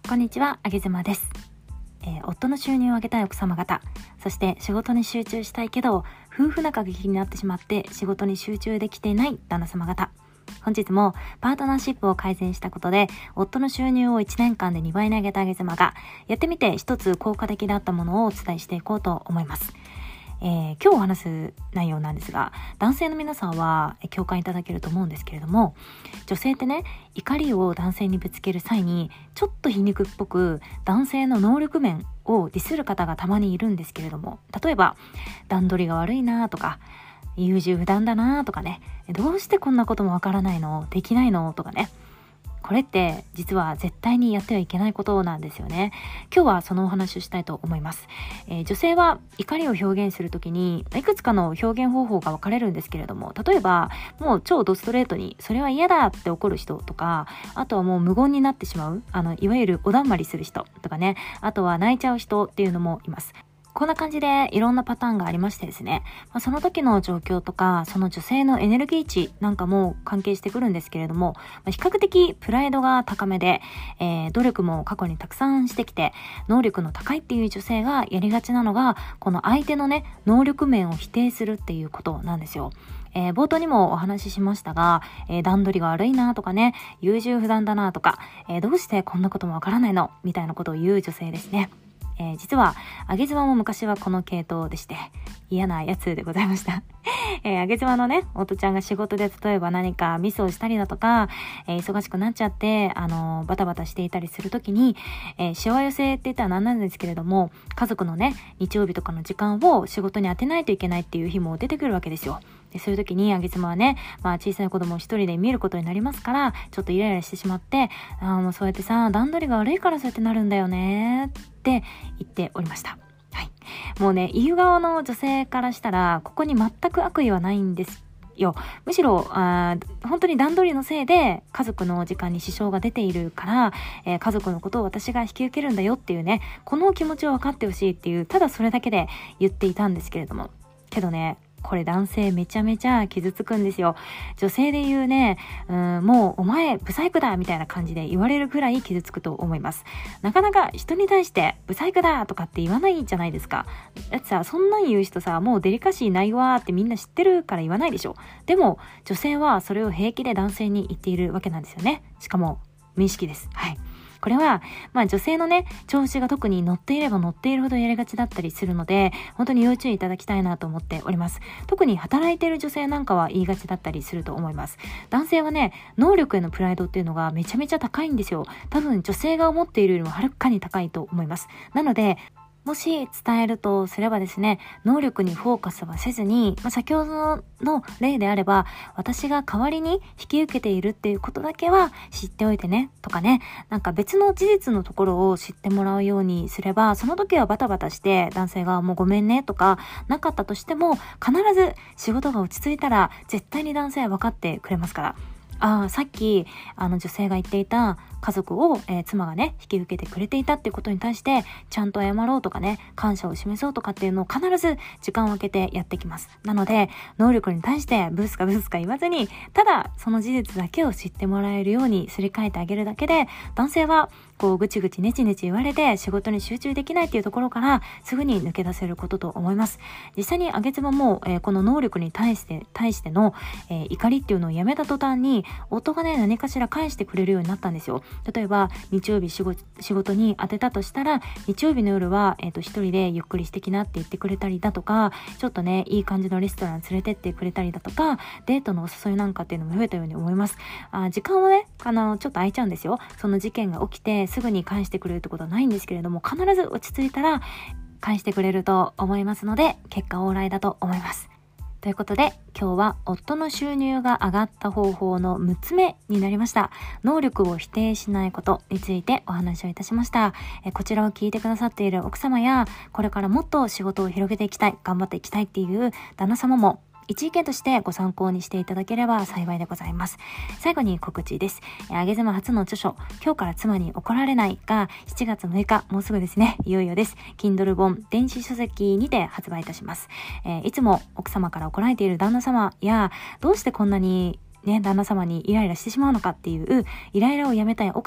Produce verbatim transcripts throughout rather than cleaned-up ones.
こんにちは、あげずまです、えー、夫の収入を上げたい奥様方、そして仕事に集中したいけど夫婦仲が気になってしまって仕事に集中できていない旦那様方、本日もパートナーシップを改善したことで夫の収入をいちねんかんでにばいに上げたあげずまがやってみて一つ効果的だったものをお伝えしていこうと思います。えー、今日お話す内容なんですが、男性の皆さんは共感いただけると思うんですけれども、女性ってね、怒りを男性にぶつける際にちょっと皮肉っぽく男性の能力面をディスる方がたまにいるんですけれども、例えば段取りが悪いなとか優柔不断だなとかね、どうしてこんなこともわからないの、できないのとかね、これって実は絶対にやってはいけないことなんですよね。今日はそのお話をしたいと思います。えー、女性は怒りを表現するときにいくつかの表現方法が分かれるんですけれども、例えばもう超ドストレートにそれは嫌だって怒る人とか、あとはもう無言になってしまう、あのいわゆるおだんまりする人とかね、あとは泣いちゃう人っていうのもいます。こんな感じでいろんなパターンがありましてですね、まあ、その時の状況とかその女性のエネルギー値なんかも関係してくるんですけれども、まあ、比較的プライドが高めで、えー、努力も過去にたくさんしてきて能力の高いっていう女性がやりがちなのが、この相手のね能力面を否定するっていうことなんですよ。えー、冒頭にもお話ししましたが、えー、段取りが悪いなとかね、優柔不断だなとか、えー、どうしてこんなこともわからないのみたいなことを言う女性ですね。えー、実はあげ妻も昔はこの系統でして嫌なやつでございました。えー、あげ妻のね夫ちゃんが仕事で例えば何かミスをしたりだとか、えー、忙しくなっちゃってあのー、バタバタしていたりするときに、えー、しわ寄せって言ったら何なんですけれども、家族のね日曜日とかの時間を仕事に当てないといけないっていう日も出てくるわけですよ。でそういう時にあげ妻はね、まあ小さい子供を一人で見ることになりますから、ちょっとイライラしてしまって、あーもうそうやってさ段取りが悪いからそうやってなるんだよねって言っておりました。はい。もうね、言う側の女性からしたらここに全く悪意はないんですよ。むしろあ本当に段取りのせいで家族の時間に支障が出ているから、えー、家族のことを私が引き受けるんだよっていうね、この気持ちを分かってほしいっていう、ただそれだけで言っていたんですけれども、けどね、これ男性めちゃめちゃ傷つくんですよ。女性で言うね、うん、もうお前ブサイクだみたいな感じで言われるくらい傷つくと思います。なかなか人に対してブサイクだとかって言わないじゃないですか。だってさ、そんなん言う人さ、もうデリカシーないわーってみんな知ってるから言わないでしょ。でも女性はそれを平気で男性に言っているわけなんですよね。しかも無意識です。はい。これは、まあ女性のね、調子が特に乗っていれば乗っているほどやりがちだったりするので、本当に要注意いただきたいなと思っております。特に働いている女性なんかは言いがちだったりすると思います。男性はね、能力へのプライドっていうのがめちゃめちゃ高いんですよ。多分女性が思っているよりもはるかに高いと思います。なので、もし伝えるとすればですね、能力にフォーカスはせずに、まあ、先ほどの例であれば、私が代わりに引き受けているっていうことだけは知っておいてね、とかね、なんか別の事実のところを知ってもらうようにすれば、その時はバタバタして男性がもうごめんねとかなかったとしても、必ず仕事が落ち着いたら絶対に男性は分かってくれますから。ああ、さっきあの女性が言っていた家族を、えー、妻がね引き受けてくれていたっていうことに対してちゃんと謝ろうとかね、感謝を示そうとかっていうのを必ず時間を空けてやってきます。なので能力に対してブスかブスか言わずに、ただその事実だけを知ってもらえるようにすり替えてあげるだけで、男性はこうぐちぐちネチネチ言われて仕事に集中できないっていうところからすぐに抜け出せることと思います。実際にあげつばも、えー、この能力に対して対しての、えー、怒りっていうのをやめた途端に夫がね何かしら返してくれるようになったんですよ。例えば日曜日仕事、仕事に当てたとしたら、日曜日の夜は、えー、と一人でゆっくりしてきなって言ってくれたりだとか、ちょっとねいい感じのレストラン連れてってくれたりだとか、デートのお誘いなんかっていうのも増えたように思います。あ時間はねあのちょっと空いちゃうんですよ。その事件が起きてすぐに返してくれるってことはないんですけれども、必ず落ち着いたら返してくれると思いますので、結果オーライだと思います。ということで今日は夫の収入が上がった方法のむっつめになりました。能力を否定しないことについてお話をいたしました。えこちらを聞いてくださっている奥様や、これからもっと仕事を広げていきたい、頑張っていきたいっていう旦那様も一意見としてご参考にしていただければ幸いでございます。最後に告知です。あげ妻初の著書、今日から妻に怒られないがしちがつむいか、もうすぐですね、いよいよです。Kindle 本電子書籍にて発売いたします。えー、いつも奥様から怒られている旦那様や、どうしてこんなにね、旦那様にイライラしてしまうのかっていうイライラをやめたい奥様、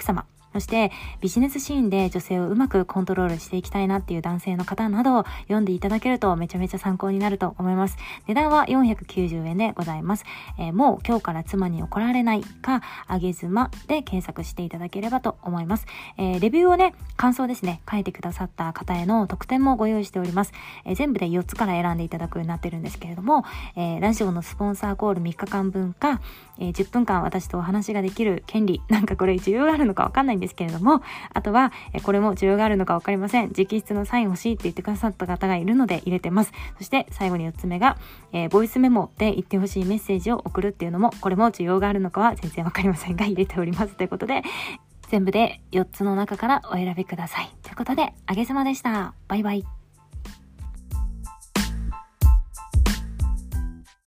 そしてビジネスシーンで女性をうまくコントロールしていきたいなっていう男性の方などを読んでいただけるとめちゃめちゃ参考になると思います。値段はよんひゃくきゅうじゅうえんでございます。えー、もう今日から妻に怒られないか、あげ妻で検索していただければと思います。えー、レビューをね、感想ですね、書いてくださった方への特典もご用意しております。えー、全部でよっつから選んでいただくようになってるんですけれども、えー、ラジオのスポンサーコールみっかかんぶんか、えー、じゅっぷんかん私とお話ができる権利、なんかこれ需要があるのかわかんないんですけれども、あとは、えー、これも需要があるのかわかりません。直筆のサイン欲しいって言ってくださった方がいるので入れてます。そして最後によっつめが、えー、ボイスメモで言ってほしいメッセージを送るっていうのも、これも需要があるのかは全然わかりませんが入れておりますということで、全部でよっつの中からお選びください。ということで、あげさまでした。バイバイ。